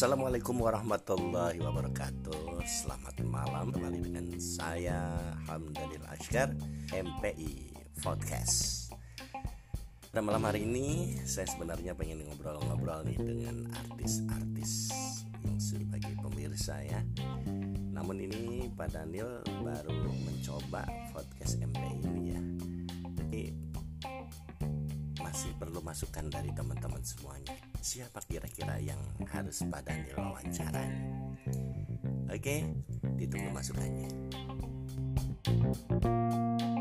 Assalamualaikum warahmatullahi wabarakatuh. Selamat malam, kembali dengan saya Hamdalil Ashkar, MPI Podcast. Pada malam hari ini saya sebenarnya pengen ngobrol-ngobrol nih dengan artis-artis yang sebagai pemirsa ya. Namun ini Pak Daniel baru mencoba podcast MPI ini ya. Jadi masih perlu masukan dari teman-teman semuanya. Siapa kira-kira yang harus Pak Daniel wawancarai? Oke, ditunggu masukannya.